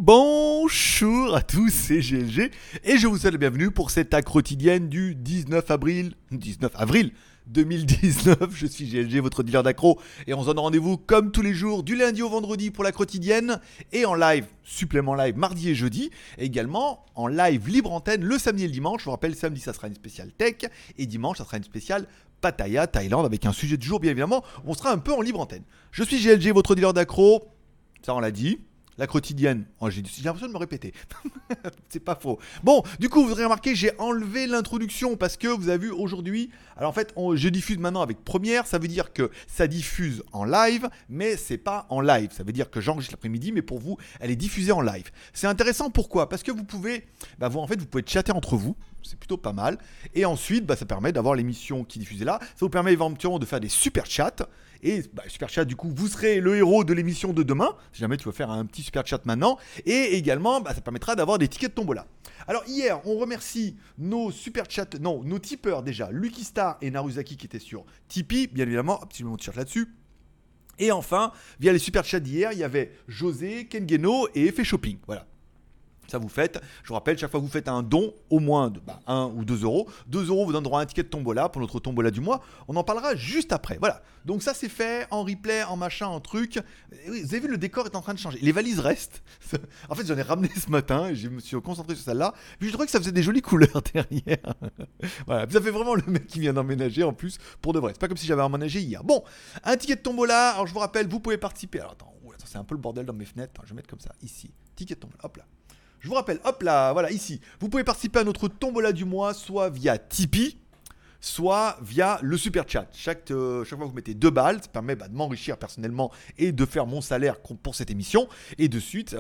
Bonjour à tous, c'est GLG et je vous souhaite la bienvenue pour cette acte quotidienne du 19 avril 2019. Je suis GLG, votre dealer d'accro, et on se donne rendez-vous comme tous les jours du lundi au vendredi pour la quotidienne et en live, supplément live mardi et jeudi, et également en live libre antenne le samedi et le dimanche. Je vous rappelle, samedi ça sera une spéciale tech et dimanche ça sera une spéciale Pattaya, Thaïlande, avec un sujet du jour bien évidemment. On sera un peu en libre antenne. Je suis GLG, votre dealer d'accro, ça on l'a dit. La quotidienne, j'ai l'impression de me répéter. C'est pas faux. Bon, du coup, vous aurez remarqué, j'ai enlevé l'introduction parce que vous avez vu aujourd'hui. Alors en fait, je diffuse maintenant avec Première. Ça veut dire que ça diffuse en live, mais c'est pas en live. Ça veut dire que j'enregistre l'après-midi, mais pour vous, elle est diffusée en live. C'est intéressant, pourquoi ? Parce que vous pouvez, vous pouvez chatter entre vous. C'est plutôt pas mal. Et ensuite, ça permet d'avoir l'émission qui est diffusée là. Ça vous permet éventuellement de faire des super chats. Et super chat, du coup, vous serez le héros de l'émission de demain. Si jamais tu veux faire un petit super chat maintenant. Et également, ça permettra d'avoir des tickets de tombola. Alors hier, on remercie nos super chats, nos tipeurs déjà, Lucky Star et Naruzaki qui étaient sur Tipeee, bien évidemment. Si je mets mon t-shirt là-dessus. Et enfin, via les super chats d'hier, il y avait José, Kengeno et Effet Shopping. Voilà. Ça vous faites, je vous rappelle, chaque fois que vous faites un don, au moins de 1 ou 2 euros, 2 euros vous donneront un ticket de tombola pour notre tombola du mois. On en parlera juste après. Voilà. Donc ça c'est fait, en replay, en machin, en truc. Vous avez vu, le décor est en train de changer. Les valises restent. En fait, j'en ai ramené ce matin et je me suis concentré sur celle-là. Puis je trouvais que ça faisait des jolies couleurs derrière. Voilà. Puis ça fait vraiment le mec qui vient d'emménager en plus, pour de vrai. C'est pas comme si j'avais emménagé hier. Bon, un ticket de tombola. Alors je vous rappelle, vous pouvez participer. Alors attends, c'est un peu le bordel dans mes fenêtres. Attends, je vais mettre comme ça, ici. Ticket de tombola, hop là. Je vous rappelle, hop là, voilà, ici, vous pouvez participer à notre tombola du mois, soit via Tipeee, soit via le super chat. Chaque fois que vous mettez 2 balles, ça permet de m'enrichir personnellement et de faire mon salaire pour cette émission. Et de suite,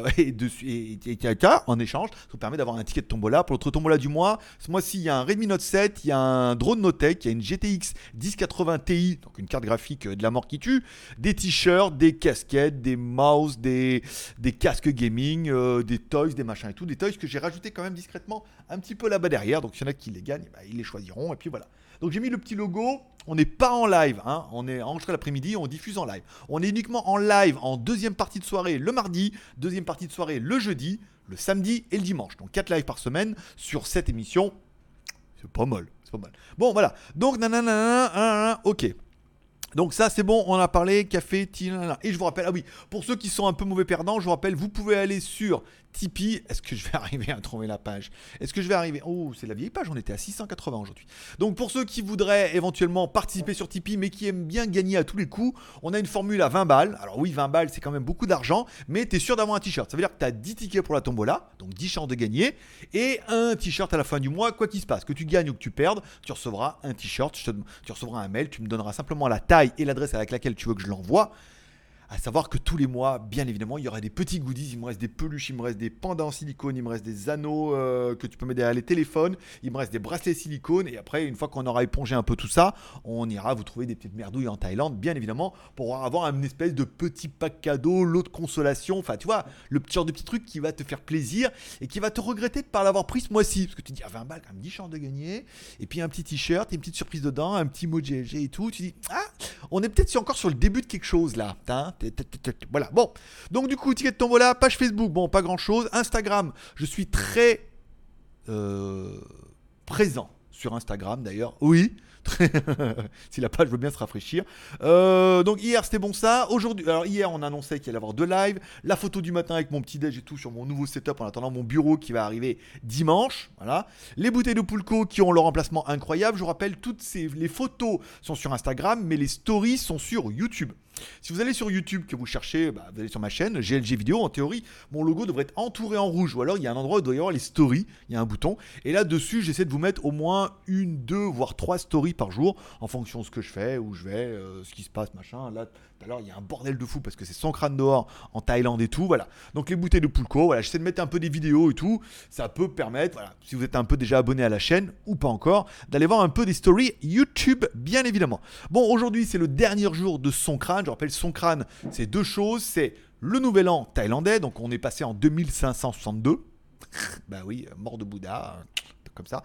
en échange, ça vous permet d'avoir un ticket de tombola pour notre tombola du mois. Ce mois-ci, il y a un Redmi Note 7, il y a un drone Notech, il y a une GTX 1080 Ti, donc une carte graphique de la mort qui tue, des t-shirts, des casquettes, des mouses, des casques gaming, des toys, des machins et tout. Des toys que j'ai rajouté quand même discrètement un petit peu là-bas derrière. Donc, s'il y en a qui les gagnent, ils les choisiront. Et puis voilà. Donc j'ai mis le petit logo, on n'est pas en live, on est enregistré l'après-midi, on diffuse en live. On est uniquement en live en deuxième partie de soirée le mardi, deuxième partie de soirée le jeudi, le samedi et le dimanche. Donc 4 lives par semaine sur cette émission, c'est pas mal. Bon voilà, donc ok. Donc ça c'est bon, on a parlé, café, et je vous rappelle, pour ceux qui sont un peu mauvais perdants, je vous rappelle, vous pouvez aller sur Tipeee. Est-ce que je vais arriver à trouver la page ? Oh, c'est la vieille page, on était à 680 aujourd'hui. Donc pour ceux qui voudraient éventuellement participer sur Tipeee, mais qui aiment bien gagner à tous les coups, on a une formule à 20 balles. Alors oui, 20 balles, c'est quand même beaucoup d'argent, mais t'es sûr d'avoir un t-shirt. Ça veut dire que t'as 10 tickets pour la tombola, donc 10 chances de gagner, et un t-shirt à la fin du mois, quoi qu'il se passe. Que tu gagnes ou que tu perdes, tu recevras un t-shirt, tu recevras un mail, tu me donneras simplement la taille et l'adresse avec laquelle tu veux que je l'envoie. À savoir que tous les mois, bien évidemment, il y aura des petits goodies. Il me reste des peluches, il me reste des pandas en silicone, il me reste des anneaux que tu peux mettre derrière les téléphones, il me reste des bracelets silicone. Et après, une fois qu'on aura épongé un peu tout ça, on ira vous trouver des petites merdouilles en Thaïlande, bien évidemment, pour avoir une espèce de petit pack cadeau, lot de consolation. Enfin, tu vois, le genre de petit truc qui va te faire plaisir et qui va te regretter de ne pas l'avoir pris ce mois-ci. Parce que tu te dis, 20 balles, quand même 10 chances de gagner. Et puis un petit t-shirt, et une petite surprise dedans, un petit mot GLG et tout. Tu dis, on est peut-être encore sur le début de quelque chose là. Voilà, bon. Donc du coup, ticket de tombola, page Facebook, bon, pas grand chose. Instagram, je suis très présent sur Instagram d'ailleurs. Oui. Si la page veut bien se rafraîchir. Donc hier c'était bon ça. Aujourd'hui, alors hier on annonçait qu'il allait y avoir 2 lives. La photo du matin avec mon petit déj et tout sur mon nouveau setup en attendant mon bureau qui va arriver dimanche. Voilà. Les bouteilles de Pulco qui ont leur emplacement incroyable. Je vous rappelle, les photos sont sur Instagram, mais les stories sont sur YouTube. Si vous allez sur YouTube, que vous cherchez, vous allez sur ma chaîne, GLG Vidéo, en théorie, mon logo devrait être entouré en rouge. Ou alors, il y a un endroit où il doit y avoir les stories, il y a un bouton. Et là-dessus, j'essaie de vous mettre au moins 1, 2, voire 3 stories par jour, en fonction de ce que je fais, où je vais, ce qui se passe, machin. Là, tout à l'heure, il y a un bordel de fou parce que c'est Songkran dehors, en Thaïlande et tout, voilà. Donc, les bouteilles de Pulco, voilà, j'essaie de mettre un peu des vidéos et tout. Ça peut permettre, voilà, si vous êtes un peu déjà abonné à la chaîne, ou pas encore, d'aller voir un peu des stories YouTube, bien évidemment. Bon, aujourd'hui, c'est le dernier jour de Songkran. Je rappelle, Songkran, c'est 2 choses. C'est le nouvel an thaïlandais, donc on est passé en 2562. Bah oui, mort de Bouddha, comme ça.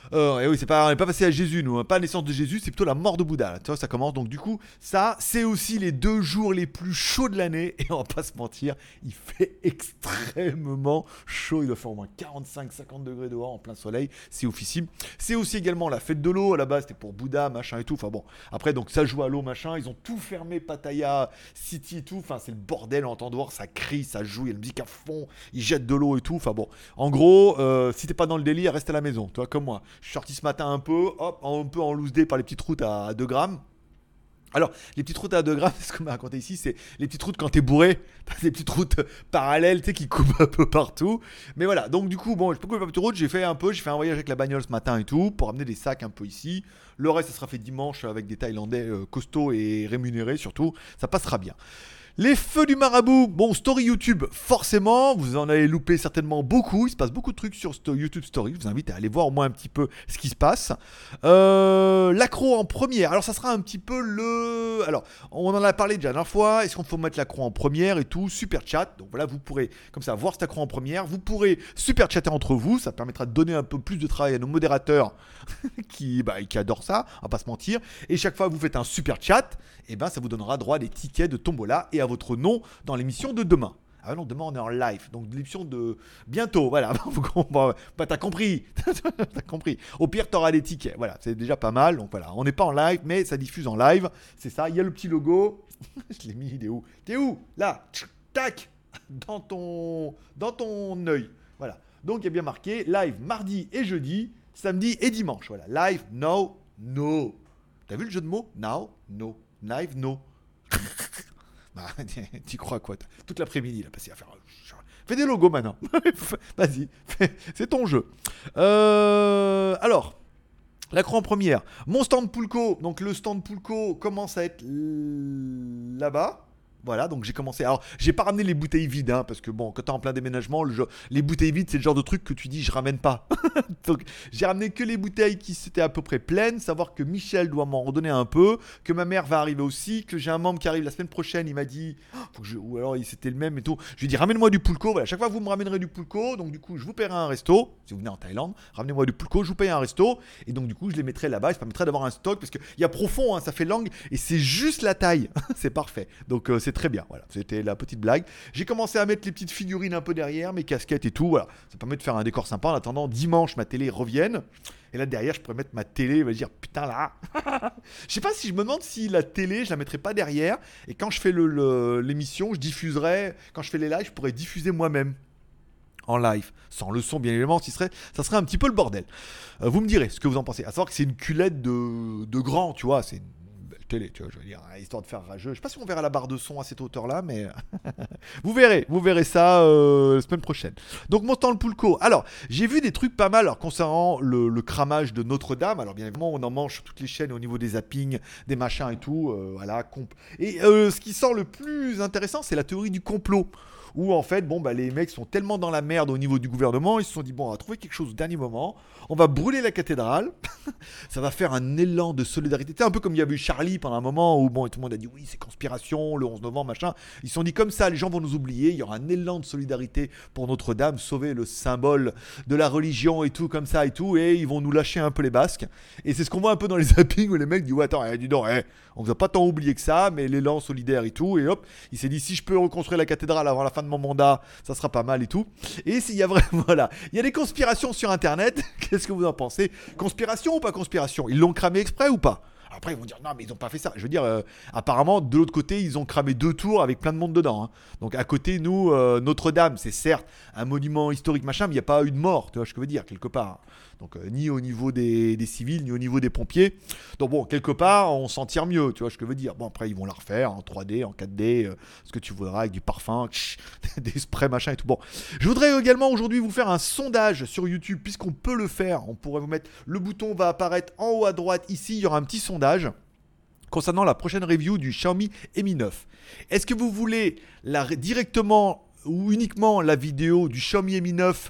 Et oui, on n'est pas passé à Jésus, nous, hein. Pas la naissance de Jésus, c'est plutôt la mort de Bouddha. Là. Tu vois, ça commence. Donc, du coup, ça, c'est aussi les 2 jours les plus chauds de l'année. Et on va pas se mentir, il fait extrêmement chaud. Il doit faire au moins 45-50 degrés dehors en plein soleil. C'est officiel. C'est aussi également la fête de l'eau. À la base, c'était pour Bouddha, machin et tout. Enfin bon, après, donc ça joue à l'eau, machin. Ils ont tout fermé, Pattaya City et tout. Enfin, c'est le bordel. On entend dehors, ça crie, ça joue. Il y a la musique à fond. Ils jettent de l'eau et tout. Enfin bon, en gros, si t'es pas dans le délire, reste à la maison. Tu vois, comme moi. Je suis sorti ce matin un peu, hop, un peu en loose day par les petites routes à 2 grammes. Alors, les petites routes à 2 grammes, ce qu'on m'a raconté ici, c'est les petites routes quand t'es bourré. T'as des petites routes parallèles, tu sais, qui coupent un peu partout. Mais voilà, donc du coup, bon, je peux couper la petite route, j'ai fait un voyage avec la bagnole ce matin et tout, pour amener des sacs un peu ici. Le reste, ça sera fait dimanche avec des Thaïlandais costauds et rémunérés surtout. Ça passera bien. Les feux du marabout, bon, story YouTube, forcément, vous en avez loupé certainement beaucoup. Il se passe beaucoup de trucs sur YouTube Story. Je vous invite à aller voir au moins un petit peu ce qui se passe. L'accro en première. Alors, ça sera un petit peu le. Alors, on en a parlé déjà la dernière fois. Est-ce qu'on faut mettre l'accro en première et tout? Super chat. Donc voilà, vous pourrez, comme ça, voir cet accro en première. Vous pourrez super chatter entre vous. Ça permettra de donner un peu plus de travail à nos modérateurs qui adorent ça, on va pas se mentir. Et chaque fois que vous faites un super chat, et ça vous donnera droit à des tickets de tombola et à votre nom dans l'émission de demain. Ah non, demain on est en live, donc l'émission de bientôt, voilà. T'as compris, t'as compris. Au pire, t'auras des tickets, voilà, c'est déjà pas mal. Donc voilà, on n'est pas en live, mais ça diffuse en live. C'est ça, il y a le petit logo. Je l'ai mis, il est où? T'es où? Là, tac, dans ton œil. Voilà. Donc il y a bien marqué live mardi et jeudi, samedi et dimanche. Voilà, live, no. T'as vu le jeu de mots? Now, no. Live, no. Bah, t'y crois quoi? Toute l'après-midi, il a passé à faire. Fais des logos maintenant. Vas-y, c'est ton jeu. Alors, l'accro en première. Mon stand Poulco. Donc, le stand Poulco commence à être là-bas. Voilà, donc j'ai commencé. Alors, j'ai pas ramené les bouteilles vides, hein, parce que bon, quand t'es en plein déménagement, les bouteilles vides, c'est le genre de truc que tu dis, je ramène pas. Donc, j'ai ramené que les bouteilles qui étaient à peu près pleines. Savoir que Michel doit m'en redonner un peu, que ma mère va arriver aussi, que j'ai un membre qui arrive la semaine prochaine. Il m'a dit, ou alors c'était le même et tout. Je lui ai dit, ramène-moi du Poulco. Voilà, chaque fois vous me ramènerez du Poulco, donc du coup, je vous paierai un resto. Si vous venez en Thaïlande, ramenez-moi du Poulco, je vous paye un resto. Et donc, du coup, je les mettrai là-bas. Ça permettrait d'avoir un stock, parce qu'il y a profond, hein, ça fait langue, et c'est juste la taille. C'est parfait. Donc, c'est très bien. Voilà, c'était la petite blague. J'ai commencé à mettre les petites figurines un peu derrière, mes casquettes et tout. Voilà, ça permet de faire un décor sympa. En attendant, dimanche, ma télé revienne. Et là, derrière, je pourrais mettre ma télé. Il va dire, putain, là. Je sais pas si je me demande si la télé, je la mettrais pas derrière. Et quand je fais l'émission, je diffuserai. Quand je fais les lives, je pourrais diffuser moi-même. En live, sans le son bien évidemment, ça serait un petit peu le bordel. Vous me direz ce que vous en pensez. À savoir que c'est une culette de grand, tu vois, c'est une belle télé, tu vois, je veux dire, histoire de faire rageux. Je sais pas si on verra la barre de son à cette hauteur-là, mais vous verrez ça la semaine prochaine. Donc mon stand Poulco. Alors, j'ai vu des trucs pas mal alors, concernant le cramage de Notre-Dame. Alors bien évidemment, on en mange sur toutes les chaînes au niveau des zappings, des machins et tout. Voilà. Et ce qui sort le plus intéressant, c'est la théorie du complot. Où en fait, les mecs sont tellement dans la merde au niveau du gouvernement, ils se sont dit, bon, on va trouver quelque chose au dernier moment, on va brûler la cathédrale, ça va faire un élan de solidarité. C'est un peu comme il y avait eu Charlie pendant un moment où, tout le monde a dit, oui, c'est conspiration, le 11 novembre, machin. Ils se sont dit, comme ça, les gens vont nous oublier, il y aura un élan de solidarité pour Notre-Dame, sauver le symbole de la religion et tout, comme ça et tout, et ils vont nous lâcher un peu les basques. Et c'est ce qu'on voit un peu dans les zappings où les mecs disent, ouais, attends, dis donc, on vous a pas tant oublié que ça, mais l'élan solidaire et tout, et hop, il s'est dit, si je peux reconstruire la cathédrale avant la fin de mon mandat, ça sera pas mal et tout. Et s'il y a vraiment, voilà, il y a des conspirations sur internet. Qu'est-ce que vous en pensez? Conspiration ou pas conspiration? Ils l'ont cramé exprès ou pas? Après, ils vont dire, non, mais ils n'ont pas fait ça. Je veux dire, apparemment, de l'autre côté, ils ont cramé 2 tours avec plein de monde dedans. Hein. Donc, à côté, nous, Notre-Dame, c'est certes un monument historique, machin, mais il n'y a pas eu de mort, tu vois ce que je veux dire, quelque part. Donc, ni au niveau des civils, ni au niveau des pompiers. Donc, bon, quelque part, on s'en tire mieux, tu vois ce que je veux dire. Bon, après, ils vont la refaire en 3D, en 4D, ce que tu voudras, avec du parfum, des sprays, machin et tout. Bon, je voudrais également aujourd'hui vous faire un sondage sur YouTube, puisqu'on peut le faire. On pourrait vous mettre, le bouton va apparaître en haut à droite, ici, il y aura un petit sondage concernant la prochaine review du Xiaomi Mi 9. Est-ce que vous voulez directement ou uniquement la vidéo du Xiaomi Mi 9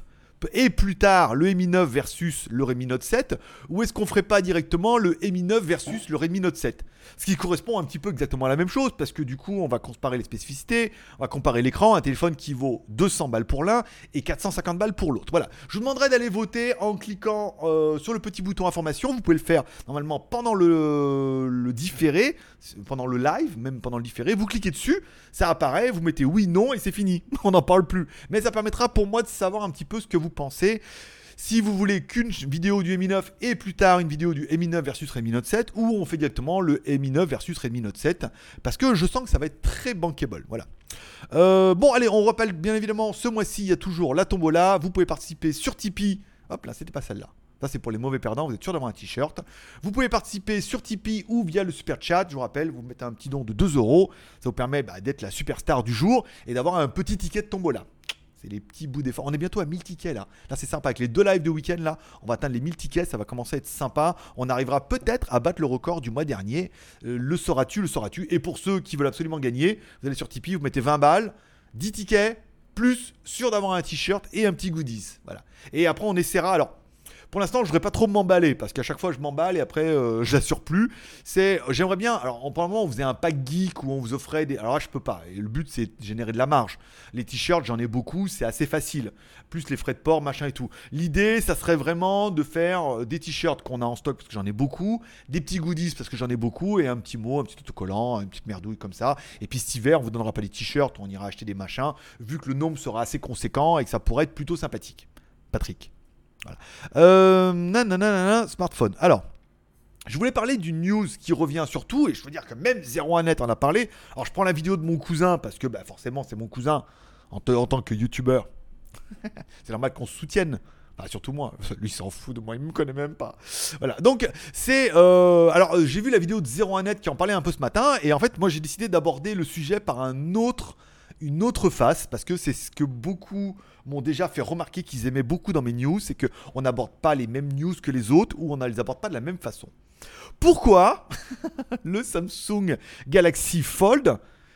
et plus tard le Mi 9 versus le Redmi Note 7, ou est-ce qu'on ferait pas directement le Mi 9 versus le Redmi Note 7? Ce qui correspond un petit peu exactement à la même chose, parce que du coup on va comparer les spécificités, on va comparer l'écran, un téléphone qui vaut 200 balles pour l'un et 450 balles pour l'autre. Voilà, je vous demanderai d'aller voter en cliquant sur le petit bouton information. Vous pouvez le faire normalement pendant le différé, pendant le live, même pendant le différé, vous cliquez dessus, ça apparaît, vous mettez oui, non et c'est fini, on n'en parle plus. Mais ça permettra pour moi de savoir un petit peu ce que vous pensez. Si vous voulez qu'une vidéo du Mi 9 et plus tard une vidéo du Mi 9 versus Redmi Note 7, ou on fait directement le Mi 9 versus Redmi Note 7, parce que je sens que ça va être très bankable. Voilà. Bon, allez, on rappelle bien évidemment, ce mois-ci, il y a toujours la tombola. Vous pouvez participer sur Tipeee. Hop là, c'était pas celle-là. Ça, c'est pour les mauvais perdants. Vous êtes sûr d'avoir un t-shirt. Vous pouvez participer sur Tipeee ou via le super chat. Je vous rappelle, vous mettez un petit don de 2 euros. Ça vous permet d'être la superstar du jour et d'avoir un petit ticket de tombola. C'est les petits bouts d'effort. On est bientôt à 1000 tickets là. Là, c'est sympa. Avec les 2 lives de week-end là, on va atteindre les 1000 tickets. Ça va commencer à être sympa. On arrivera peut-être à battre le record du mois dernier. Le sauras-tu? Et pour ceux qui veulent absolument gagner, vous allez sur Tipeee, vous mettez 20 balles, 10 tickets, plus sûr d'avoir un t-shirt et un petit goodies. Voilà. Et après, on essaiera. Alors, pour l'instant, je ne voudrais pas trop m'emballer parce qu'à chaque fois, je m'emballe et après, je l'assure plus. J'aimerais bien. Alors, en parlant, on faisait un pack geek où on vous offrait des. Alors là, je peux pas. Et le but, c'est de générer de la marge. Les t-shirts, j'en ai beaucoup, c'est assez facile. Plus les frais de port, machin et tout. L'idée, ça serait vraiment de faire des t-shirts qu'on a en stock parce que j'en ai beaucoup, des petits goodies parce que j'en ai beaucoup et un petit mot, un petit autocollant, une petite merdouille comme ça. Et puis cet hiver, on vous donnera pas des t-shirts, on ira acheter des machins, vu que le nombre sera assez conséquent et que ça pourrait être plutôt sympathique. Patrick. Voilà. Smartphone. Alors, je voulais parler d'une news qui revient surtout, et je veux dire que même 01net en a parlé. Alors, je prends la vidéo de mon cousin, parce que forcément, c'est mon cousin en tant que youtubeur. C'est normal qu'on se soutienne. Enfin, surtout moi. Lui, il s'en fout de moi, il me connaît même pas. Voilà. Donc, c'est. Alors, j'ai vu la vidéo de 01net qui en parlait un peu ce matin, et en fait, moi, j'ai décidé d'aborder le sujet par une autre face, parce que c'est ce que beaucoup m'ont déjà fait remarquer qu'ils aimaient beaucoup dans mes news, c'est qu'on n'aborde pas les mêmes news que les autres ou on ne les aborde pas de la même façon. Pourquoi le Samsung Galaxy Fold,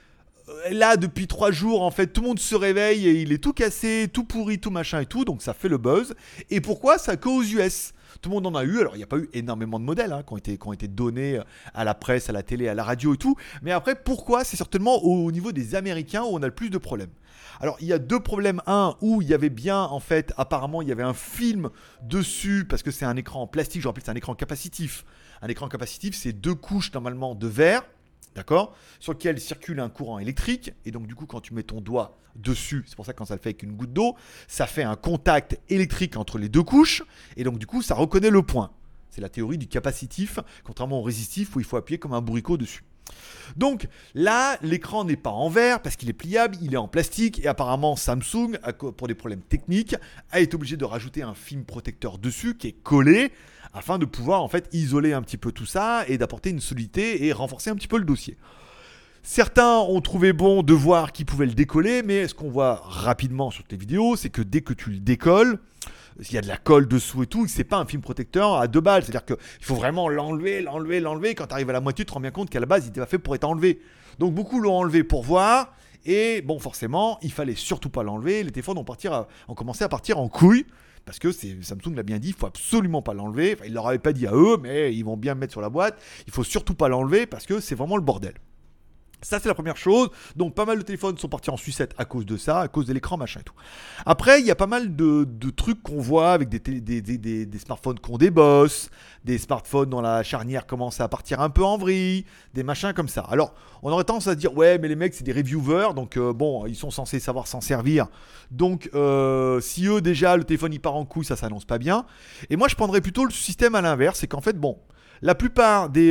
là depuis 3 jours en fait tout le monde se réveille et il est tout cassé, tout pourri, tout machin et tout, donc ça fait le buzz. Et pourquoi ça qu'aux US? Tout le monde en a eu, alors il n'y a pas eu énormément de modèles qui ont été donnés à la presse, à la télé, à la radio et tout. Mais après, pourquoi? C'est certainement au niveau des Américains où on a le plus de problèmes. Alors il y a 2 problèmes. Un, où il y avait bien en fait, apparemment il y avait un film dessus, parce que c'est un écran en plastique, je rappelle c'est un écran capacitif. Un écran capacitif, c'est 2 couches normalement de verre. D'accord? Sur lequel circule un courant électrique. Et donc, du coup, quand tu mets ton doigt dessus, c'est pour ça que quand ça le fait avec une goutte d'eau, ça fait un contact électrique entre les 2 couches. Et donc, du coup, ça reconnaît le point. C'est la théorie du capacitif, contrairement au résistif où il faut appuyer comme un bourricot dessus. Donc là, l'écran n'est pas en verre parce qu'il est pliable, il est en plastique et apparemment Samsung, pour des problèmes techniques, a été obligé de rajouter un film protecteur dessus qui est collé afin de pouvoir en fait isoler un petit peu tout ça et d'apporter une solidité et renforcer un petit peu le dossier. Certains ont trouvé bon de voir qu'ils pouvaient le décoller, mais ce qu'on voit rapidement sur tes vidéos, c'est que dès que tu le décolles, il y a de la colle dessous et tout, c'est pas un film protecteur à 2 balles. C'est-à-dire qu'il faut vraiment l'enlever. Quand tu arrives à la moitié, tu te rends bien compte qu'à la base, il était pas fait pour être enlevé. Donc beaucoup l'ont enlevé pour voir. Et bon, forcément, il fallait surtout pas l'enlever. Les téléphones ont commencé à partir en couille. Parce que Samsung l'a bien dit, il faut absolument pas l'enlever. Enfin, ils leur avaient pas dit à eux, mais ils vont bien me mettre sur la boîte. Il faut surtout pas l'enlever parce que c'est vraiment le bordel. Ça, c'est la première chose. Donc, pas mal de téléphones sont partis en sucette à cause de ça, à cause de l'écran, machin et tout. Après, il y a pas mal de trucs qu'on voit avec des smartphones qui ont des bosses, des smartphones dont la charnière commence à partir un peu en vrille, des machins comme ça. Alors, on aurait tendance à se dire, ouais, mais les mecs, c'est des reviewers, donc bon, ils sont censés savoir s'en servir. Donc, si eux, déjà, le téléphone, il part en couille, ça s'annonce pas bien. Et moi, je prendrais plutôt le système à l'inverse, c'est qu'en fait, bon, la plupart des...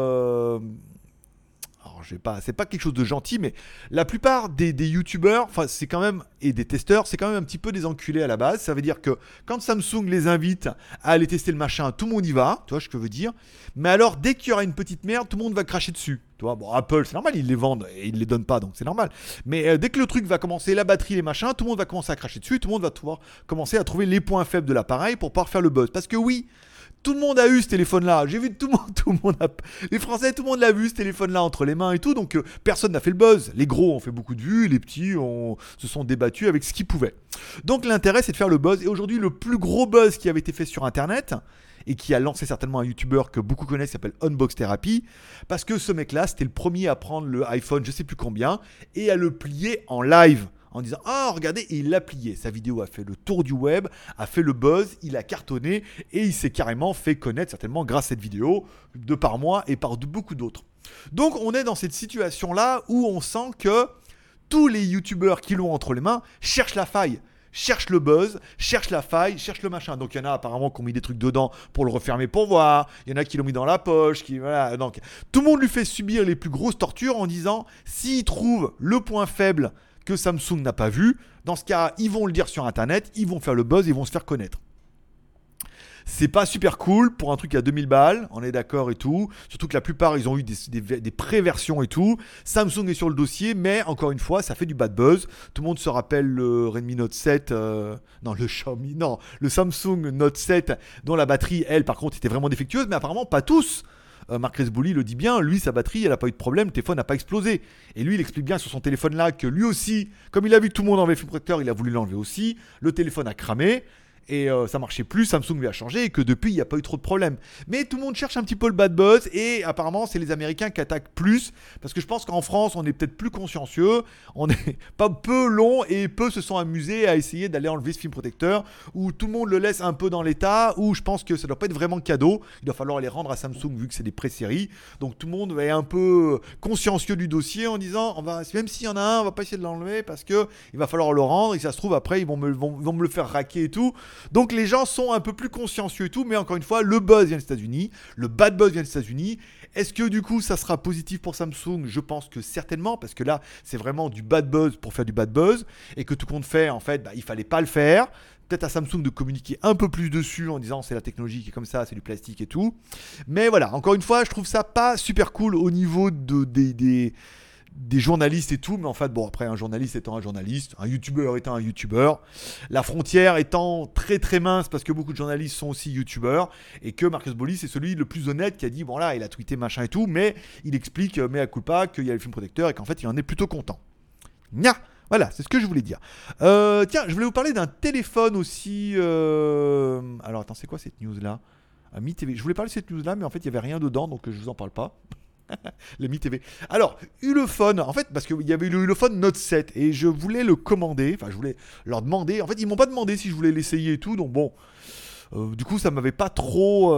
c'est pas quelque chose de gentil, mais la plupart des youtubeurs, enfin c'est quand même, et des testeurs, c'est quand même un petit peu des enculés à la base. Ça veut dire que quand Samsung les invite à aller tester le machin, tout le monde y va, tu vois ce que je veux dire. Mais alors dès qu'il y aura une petite merde, tout le monde va cracher dessus. Tu vois, bon, Apple, c'est normal, ils les vendent et ils les donnent pas, donc c'est normal. Mais dès que le truc va commencer, la batterie, les machins, tout le monde va commencer à cracher dessus, tout le monde va pouvoir commencer à trouver les points faibles de l'appareil pour pouvoir faire le buzz. Parce que oui, Tout le monde a eu ce téléphone-là. J'ai vu tout le monde les Français, tout le monde l'a vu ce téléphone-là entre les mains et tout. Donc personne n'a fait le buzz. Les gros ont fait beaucoup de vues, les petits se sont débattus avec ce qu'ils pouvaient. Donc l'intérêt, c'est de faire le buzz. Et aujourd'hui, le plus gros buzz qui avait été fait sur Internet et qui a lancé certainement un YouTuber que beaucoup connaissent, qui s'appelle Unbox Therapy, parce que ce mec-là, c'était le premier à prendre le iPhone, je sais plus combien, et à le plier en live. En disant ah regardez, et il l'a plié, sa vidéo a fait le tour du web, a fait le buzz, il a cartonné et il s'est carrément fait connaître certainement grâce à cette vidéo de par moi et par beaucoup d'autres. Donc on est dans cette situation là où on sent que tous les youtubeurs qui l'ont entre les mains cherchent la faille, cherchent le buzz, cherchent la faille, cherchent le machin. Donc il y en a apparemment qui ont mis des trucs dedans pour le refermer pour voir, il y en a qui l'ont mis dans la poche, voilà. Donc tout le monde lui fait subir les plus grosses tortures en disant s'il trouve le point faible que Samsung n'a pas vu, dans ce cas, ils vont le dire sur Internet, ils vont faire le buzz, ils vont se faire connaître. C'est pas super cool pour un truc à 2000 balles, on est d'accord et tout. Surtout que la plupart, ils ont eu des pré-versions et tout. Samsung est sur le dossier, mais encore une fois, ça fait du bad buzz. Tout le monde se rappelle le Redmi Note 7, le Samsung Note 7, dont la batterie, elle, par contre, était vraiment défectueuse, mais apparemment pas tous. Marc Resbouli le dit bien, lui sa batterie elle n'a pas eu de problème, le téléphone n'a pas explosé. Et lui il explique bien sur son téléphone là que lui aussi, comme il a vu que tout le monde enlevait le film protecteur, il a voulu l'enlever aussi, le téléphone a cramé. Et ça marchait plus, Samsung lui a changé et que depuis il n'y a pas eu trop de problèmes. Mais tout le monde cherche un petit peu le bad buzz et apparemment c'est les Américains qui attaquent plus parce que je pense qu'en France on est peut-être plus consciencieux, on est pas peu long et peu se sont amusés à essayer d'aller enlever ce film protecteur où tout le monde le laisse un peu dans l'état, où je pense que ça doit pas être vraiment cadeau, il doit falloir les rendre à Samsung vu que c'est des pré-séries. Donc tout le monde est un peu consciencieux du dossier en disant même s'il y en a un, on va pas essayer de l'enlever parce que il va falloir le rendre et ça se trouve après ils vont me le faire raquer et tout. Donc les gens sont un peu plus consciencieux et tout, mais encore une fois, le buzz vient des États-Unis, le bad buzz vient des États-Unis. Est-ce que du coup ça sera positif pour Samsung ? Je pense que certainement, parce que là c'est vraiment du bad buzz pour faire du bad buzz, et que tout compte fait, en fait, il fallait pas le faire. Peut-être à Samsung de communiquer un peu plus dessus en disant c'est la technologie qui est comme ça, c'est du plastique et tout. Mais voilà, encore une fois, je trouve ça pas super cool au niveau des journalistes et tout, mais en fait, bon, après, un journaliste étant un journaliste, un youtubeur étant un youtubeur, la frontière étant très très mince parce que beaucoup de journalistes sont aussi youtubeurs et que Marcus Bolli, c'est celui le plus honnête qui a dit, bon là, il a tweeté machin et tout, mais il explique, mea culpa, qu'il y a le film protecteur et qu'en fait, il en est plutôt content. Nya. Voilà, c'est ce que je voulais dire. Tiens, je voulais vous parler d'un téléphone aussi. Alors, attends, c'est quoi cette news-là ? Mi TV. Je voulais parler de cette news-là, mais en fait, il n'y avait rien dedans, donc je vous en parle pas. Le Mi TV. Alors, Ulefone, en fait, parce qu'il y avait le Ulefone Note 7 et je voulais le commander, enfin, je voulais leur demander. En fait, ils m'ont pas demandé si je voulais l'essayer et tout, donc bon. Du coup, ça m'avait pas trop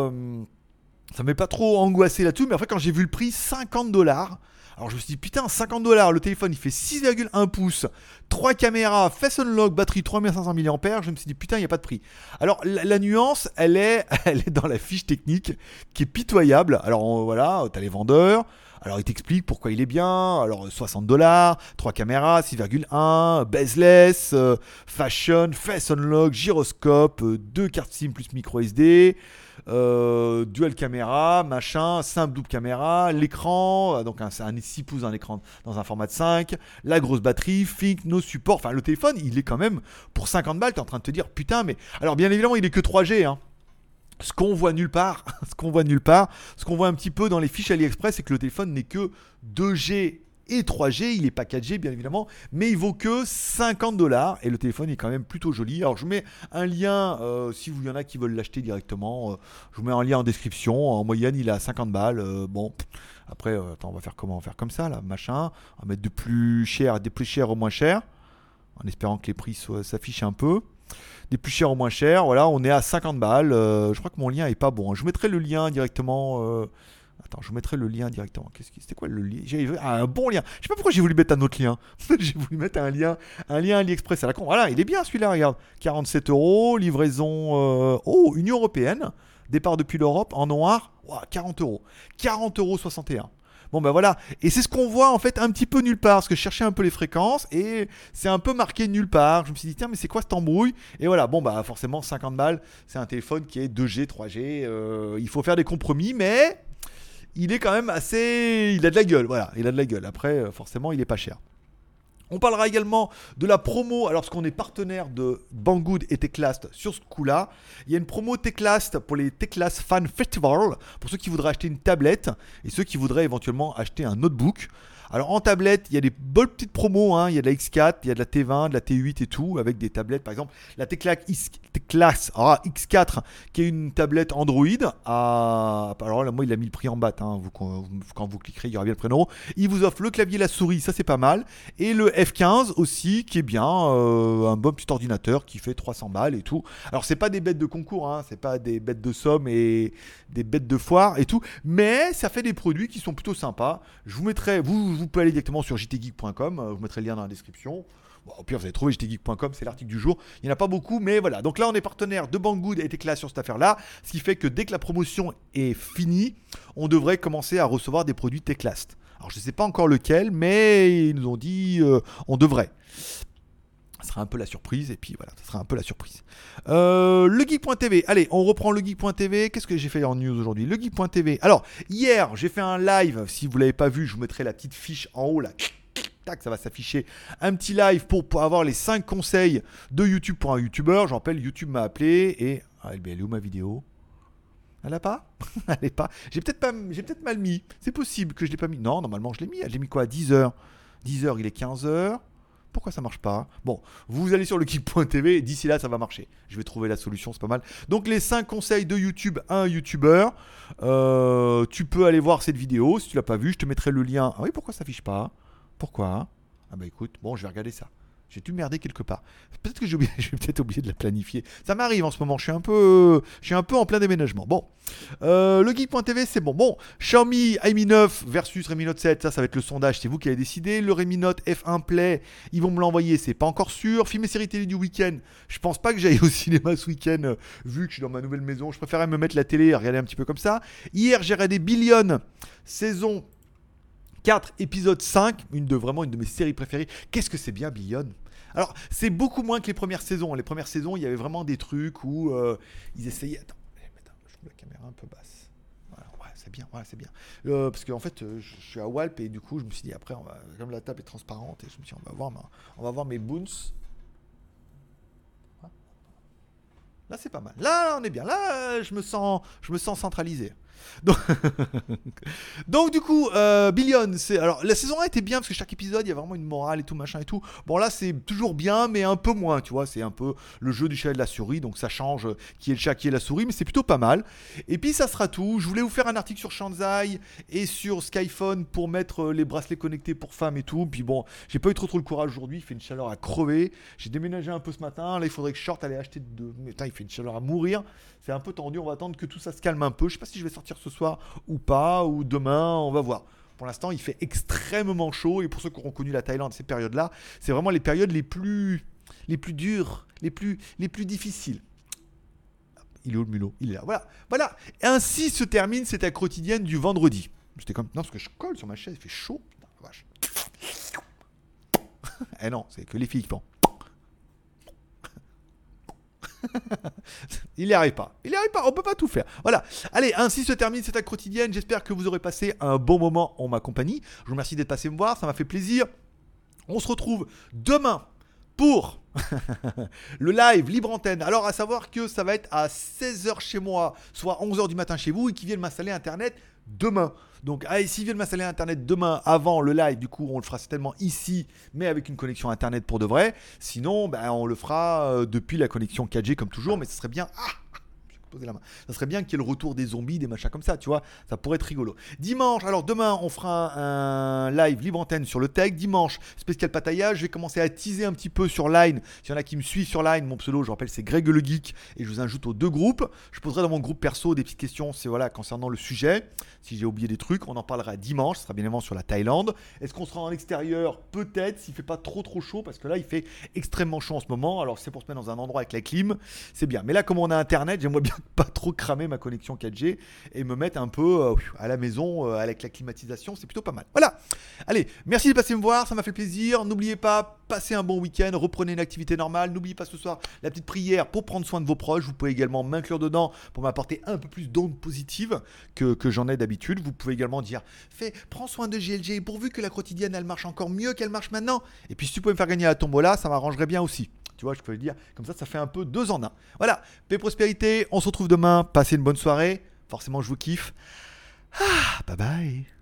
angoissé là-dessus, mais après, quand j'ai vu le prix, $50. Alors je me suis dit putain, $50, le téléphone il fait 6,1 pouces, 3 caméras, Face Unlock, batterie 3500 mAh, je me suis dit putain, il n'y a pas de prix. Alors la nuance, elle est dans la fiche technique qui est pitoyable. Alors voilà, t'as les vendeurs, alors ils t'expliquent pourquoi il est bien, alors $60, 3 caméras, 6,1, bezeless, fashion, Face Unlock, gyroscope, 2 cartes SIM plus micro SD, dual caméra, machin, simple double caméra, l'écran, donc un 6 pouces dans l'écran dans un format de 5, la grosse batterie, fixe, no support, enfin le téléphone il est quand même pour 50 balles, t'es en train de te dire putain, mais alors bien évidemment il est que 3G hein. Ce qu'on voit nulle part, ce qu'on voit un petit peu dans les fiches AliExpress, c'est que le téléphone n'est que 2G et 3G, il est pas 4G bien évidemment, mais il vaut que $50 et le téléphone est quand même plutôt joli. Alors je vous mets un lien, si vous y en a qui veulent l'acheter directement, je vous mets un lien en description. En moyenne il est à 50 balles, bon. Après, attends, on va faire comment ? On va faire comme ça là, machin. On va mettre des plus chers au moins cher, en espérant que les prix s'affichent un peu. Des plus chers au moins chers, voilà, on est à 50 balles. Je crois que mon lien est pas bon. Je vous mettrai le lien directement. Attends, je vous mettrai le lien directement. C'était quoi le lien ? Un bon lien. Je sais pas pourquoi j'ai voulu mettre un autre lien. J'ai voulu mettre un lien AliExpress à la con. Voilà, il est bien celui-là, regarde. 47 €, livraison Union Européenne. Départ depuis l'Europe en noir. Wow, 40 €. 40,61 €. Bon ben voilà, et c'est ce qu'on voit en fait un petit peu nulle part, parce que je cherchais un peu les fréquences et c'est un peu marqué nulle part. Je me suis dit tiens mais c'est quoi cette embrouille ? Et voilà, bon bah forcément 50 balles, c'est un téléphone qui est 2G, 3G, il faut faire des compromis, mais il est quand même assez... il a de la gueule, voilà, il a de la gueule. Après forcément il est pas cher. On parlera également de la promo, alors parce qu'on est partenaire de Banggood et Techlast sur ce coup-là. Il y a une promo Techlast pour les Techlast Fan Festival, pour ceux qui voudraient acheter une tablette et ceux qui voudraient éventuellement acheter un notebook. Alors en tablette, il y a des bonnes petites promos, hein. Il y a de la X4, il y a de la T20, de la T8 et tout, avec des tablettes, par exemple la Techlast X4, qui est une tablette Android. Alors là, moi, il a mis le prix en bas, hein. Quand vous cliquerez, il y aura bien le prénom. Il vous offre le clavier et la souris, ça c'est pas mal. Et le F15 aussi, qui est bien, un bon petit ordinateur qui fait 300 balles et tout. Alors c'est pas des bêtes de concours, hein. C'est pas des bêtes de somme et des bêtes de foire et tout, mais ça fait des produits qui sont plutôt sympas. Je vous mettrai, vous pouvez aller directement sur jtgeek.com, je vous mettrai le lien dans la description. Bon, au pire, vous allez trouver jtgeek.com, c'est l'article du jour. Il n'y en a pas beaucoup, mais voilà. Donc là, on est partenaire de Banggood et Techlast sur cette affaire-là, ce qui fait que dès que la promotion est finie, on devrait commencer à recevoir des produits Techlast. Alors, je ne sais pas encore lequel, mais ils nous ont dit on devrait. Ça sera un peu la surprise, et puis voilà, ça sera un peu la surprise. Legeek.tv, allez, on reprend Legeek.tv. Qu'est-ce que j'ai fait en news aujourd'hui? Legeek.tv. Alors, hier, j'ai fait un live. Si vous ne l'avez pas vu, je vous mettrai la petite fiche en haut là. Tac, ça va s'afficher. Un petit live pour avoir les 5 conseils de YouTube pour un YouTuber. Je rappelle, YouTube m'a appelé et. Ah, elle est où ma vidéo? Elle n'a pas? Elle n'est pas. J'ai peut-être mal mis. C'est possible que je ne l'ai pas mis. Non, normalement, je l'ai mis. Je l'ai mis quoi à 10h? 10h, il est 15h. Pourquoi ça marche pas? Bon, vous allez sur legeek.tv, d'ici là ça va marcher. Je vais trouver la solution, c'est pas mal. Donc les 5 conseils de YouTube à un YouTuber. Tu peux aller voir cette vidéo. Si tu l'as pas vue, je te mettrai le lien. Ah oui, pourquoi ça s'affiche pas? Pourquoi? Ah bah écoute, bon, je vais regarder ça. J'ai dû merder quelque part. Peut-être que j'ai peut-être oublié de la planifier. Ça m'arrive en ce moment. Je suis un peu en plein déménagement. Bon, le geek.tv, c'est bon. Bon, Xiaomi Mi 9 versus Redmi Note 7. Ça va être le sondage. C'est vous qui allez décider. Le Redmi Note F1 Play, ils vont me l'envoyer. C'est pas encore sûr. Film et série télé du week-end. Je pense pas que j'aille au cinéma ce week-end, vu que je suis dans ma nouvelle maison. Je préférais me mettre la télé et regarder un petit peu comme ça. Hier, j'ai regardé Billion, saison 4, épisode 5, vraiment une de mes séries préférées. Qu'est-ce que c'est bien, Billion? Alors, c'est beaucoup moins que les premières saisons. Les premières saisons, il y avait vraiment des trucs où ils essayaient... Attends, je mets la caméra un peu basse. Voilà, ouais, c'est bien, parce qu'en fait, je suis à Walp et du coup, je me suis dit, après, comme la table est transparente, et je me suis dit, on va voir mes boons. Là, c'est pas mal. Là, on est bien. Là, je me sens centralisé. Donc du coup, Billion, alors la saison 1 était bien parce que chaque épisode, il y a vraiment une morale et tout, machin et tout. Bon là, c'est toujours bien, mais un peu moins, tu vois. C'est un peu le jeu du chat et de la souris, donc ça change qui est le chat, qui est la souris, mais c'est plutôt pas mal. Et puis ça sera tout. Je voulais vous faire un article sur Shanzai et sur Skyphone pour mettre les bracelets connectés pour femmes et tout. Puis bon, j'ai pas eu trop le courage aujourd'hui, il fait une chaleur à crever. J'ai déménagé un peu ce matin, là il faudrait que je sorte, aller acheter mais putain, il fait une chaleur à mourir. C'est un peu tendu, on va attendre que tout ça se calme un peu. Je sais pas si je vais sortir ce soir ou pas, ou demain, on va voir. Pour l'instant, il fait extrêmement chaud, et pour ceux qui auront connu la Thaïlande, ces périodes-là, c'est vraiment les périodes les plus dures, les plus difficiles. Il est où le mulot? Il est là. Voilà. Et ainsi se termine cette quotidienne du vendredi. J'étais comme non, parce que je colle sur ma chaise, il fait chaud. Putain, vache. Eh non, c'est que les filles qui font. Il n'y arrive pas, on peut pas tout faire. Voilà, allez, ainsi se termine cette quotidienne. J'espère que vous aurez passé un bon moment en ma compagnie. Je vous remercie d'être passé me voir, ça m'a fait plaisir. On se retrouve demain pour le live libre antenne. Alors à savoir que ça va être à 16h chez moi, soit 11h du matin chez vous, et qu'ils viennent m'installer Internet demain. Donc s'ils viennent m'installer Internet demain avant le live, du coup on le fera certainement ici, mais avec une connexion Internet pour de vrai. Sinon on le fera depuis la connexion 4G comme toujours, mais ce serait bien... poser la main. Ça serait bien qu'il y ait le retour des zombies, des machins comme ça, tu vois, ça pourrait être rigolo. Dimanche, alors demain on fera un live libre antenne sur le tech. Dimanche, spécial pataillage, je vais commencer à teaser un petit peu sur Line. S'il y en a qui me suivent sur Line, mon pseudo, je rappelle, c'est Greg le Geek, et je vous ajoute aux 2 groupes. Je poserai dans mon groupe perso des petites questions, c'est voilà, concernant le sujet. Si j'ai oublié des trucs, on en parlera dimanche, ce sera bien évidemment sur la Thaïlande. Est-ce qu'on sera en extérieur? Peut-être, s'il fait pas trop chaud, parce que là il fait extrêmement chaud en ce moment. Alors c'est pour se mettre dans un endroit avec la clim, c'est bien. Mais là, comme on a Internet, j'aimerais bien pas trop cramer ma connexion 4G et me mettre un peu à la maison avec la climatisation, c'est plutôt pas mal. Voilà. Allez, merci de passer me voir, ça m'a fait plaisir. N'oubliez pas, passez un bon week-end, reprenez une activité normale. N'oubliez pas ce soir la petite prière pour prendre soin de vos proches. Vous pouvez également m'inclure dedans pour m'apporter un peu plus d'ondes positives que j'en ai d'habitude. Vous pouvez également dire, prends soin de GLG, pourvu que la quotidienne elle marche encore mieux qu'elle marche maintenant. Et puis si tu pouvais me faire gagner à la tombola, ça m'arrangerait bien aussi. Tu vois, je peux le dire, comme ça fait un peu 2 en 1. Voilà, paix prospérité, on se retrouve demain, passez une bonne soirée. Forcément, je vous kiffe. Bye bye.